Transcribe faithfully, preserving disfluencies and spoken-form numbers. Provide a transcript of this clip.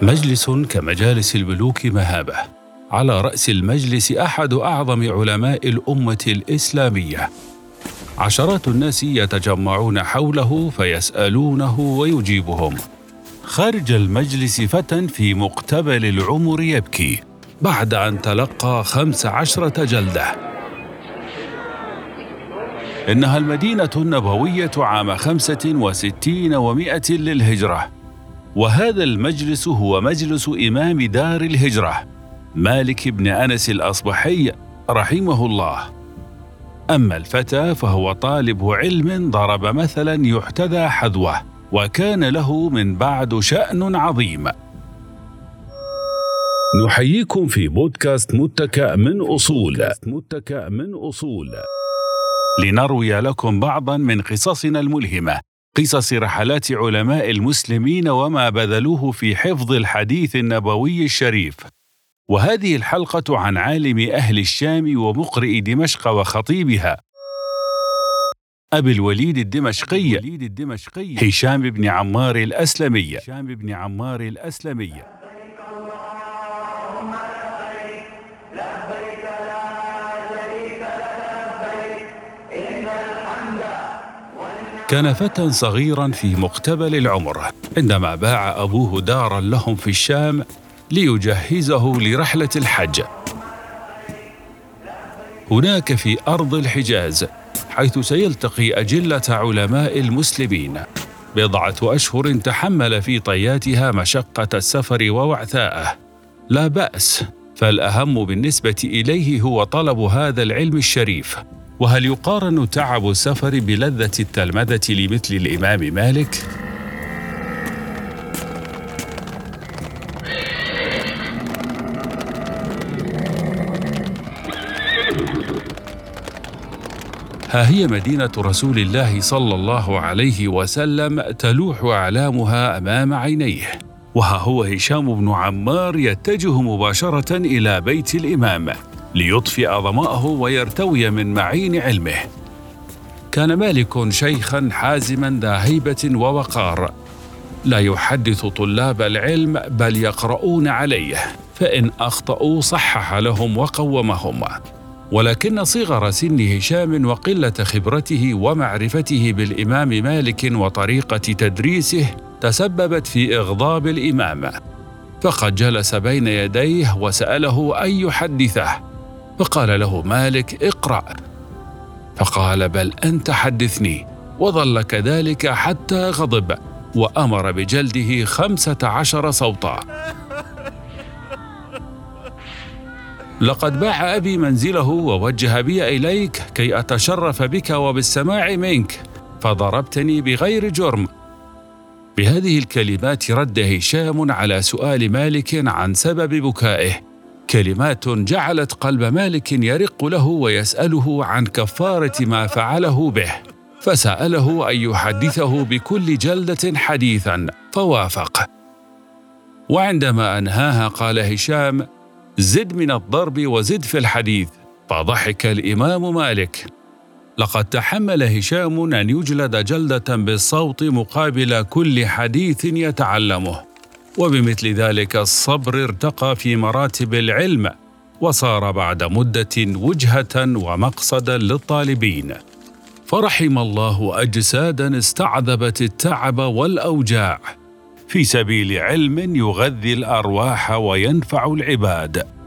مجلس كمجالس الملوك مهابة. على رأس المجلس أحد أعظم علماء الأمة الإسلامية. عشرات الناس يتجمعون حوله فيسألونه ويجيبهم. خارج المجلس فتى في مقتبل العمر يبكي بعد أن تلقى خمس عشرة جلدة. إنها المدينة النبوية عام خمسة وستين ومائة للهجرة، وهذا المجلس هو مجلس إمام دار الهجرة مالك بن أنس الأصبحي رحمه الله. أما الفتى فهو طالب علم ضرب مثلا يحتذى حذوه، وكان له من بعد شأن عظيم. نحييكم في بودكاست متكأ من أصول متكأ من أصول لنروي لكم بعضا من قصصنا الملهمة، قصص رحلات علماء المسلمين وما بذلوه في حفظ الحديث النبوي الشريف. وهذه الحلقة عن عالم أهل الشام ومقرئ دمشق وخطيبها أبي الوليد الدمشقي هشام بن عمار الأسلمي. هشام بن عمار الأسلمي. كان فتى صغيرا في مقتبل العمر عندما باع أبوه دارا لهم في الشام ليجهزه لرحلة الحج. هناك في أرض الحجاز حيث سيلتقي أجلة علماء المسلمين. بضعة أشهر تحمل في طياتها مشقة السفر ووعثاءه، لا بأس، فالأهم بالنسبة إليه هو طلب هذا العلم الشريف. وهل يقارن تعب السفر بلذة التلمذة لمثل الإمام مالك؟ ها هي مدينة رسول الله صلى الله عليه وسلم تلوح أعلامها أمام عينيه، وها هو هشام بن عمار يتجه مباشرة إلى بيت الإمام ليطفئ ظمأه ويرتوي من معين علمه. كان مالك شيخا حازما ذا هيبة ووقار، لا يحدث طلاب العلم بل يقرؤون عليه، فإن أخطأوا صحح لهم وقومهم. ولكن صغر سن هشام وقلة خبرته ومعرفته بالإمام مالك وطريقة تدريسه تسببت في إغضاب الإمام، فقد جلس بين يديه وسأله أن يحدثه، فقال له مالك: اقرأ. فقال: بل أنت حدثني. وظل كذلك حتى غضب وأمر بجلده خمسة عشر صوتا. لقد باع أبي منزله ووجه بي إليك كي أتشرف بك وبالسماع منك، فضربتني بغير جرم. بهذه الكلمات رد هشام على سؤال مالك عن سبب بكائه، كلمات جعلت قلب مالك يرق له ويسأله عن كفارة ما فعله به، فسأله أن يحدثه بكل جلدة حديثا، فوافق. وعندما أنهاها قال هشام: زد من الضرب وزد في الحديث. فضحك الإمام مالك. لقد تحمل هشام أن يجلد جلدة بالصوت مقابل كل حديث يتعلمه، وبمثل ذلك الصبر ارتقى في مراتب العلم، وصار بعد مدة وجهة ومقصدا للطالبين. فرحم الله أجسادا استعذبت التعب والأوجاع في سبيل علم يغذي الأرواح وينفع العباد.